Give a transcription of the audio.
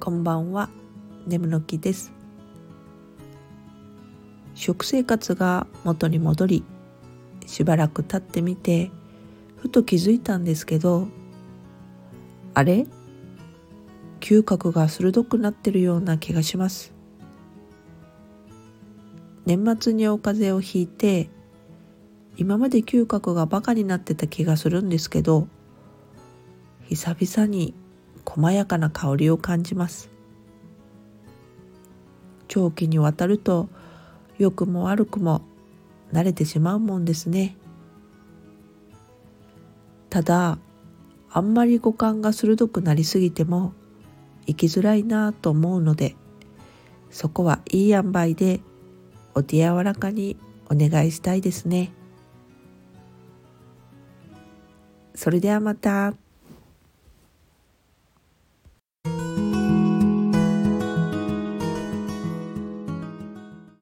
こんばんは、眠の木です。食生活が元に戻り、しばらく経ってみて、ふと気づいたんですけど、あれ？嗅覚が鋭くなってるような気がします。年末に風邪をひいて、今まで嗅覚がバカになってた気がするんですけど、久々に細やかな香りを感じます。長期にわたると良くも悪くも慣れてしまうもんですね。ただ、あんまり五感が鋭くなりすぎても生きづらいなと思うので、そこはいい塩梅でお手柔らかにお願いしたいですね。それではまた。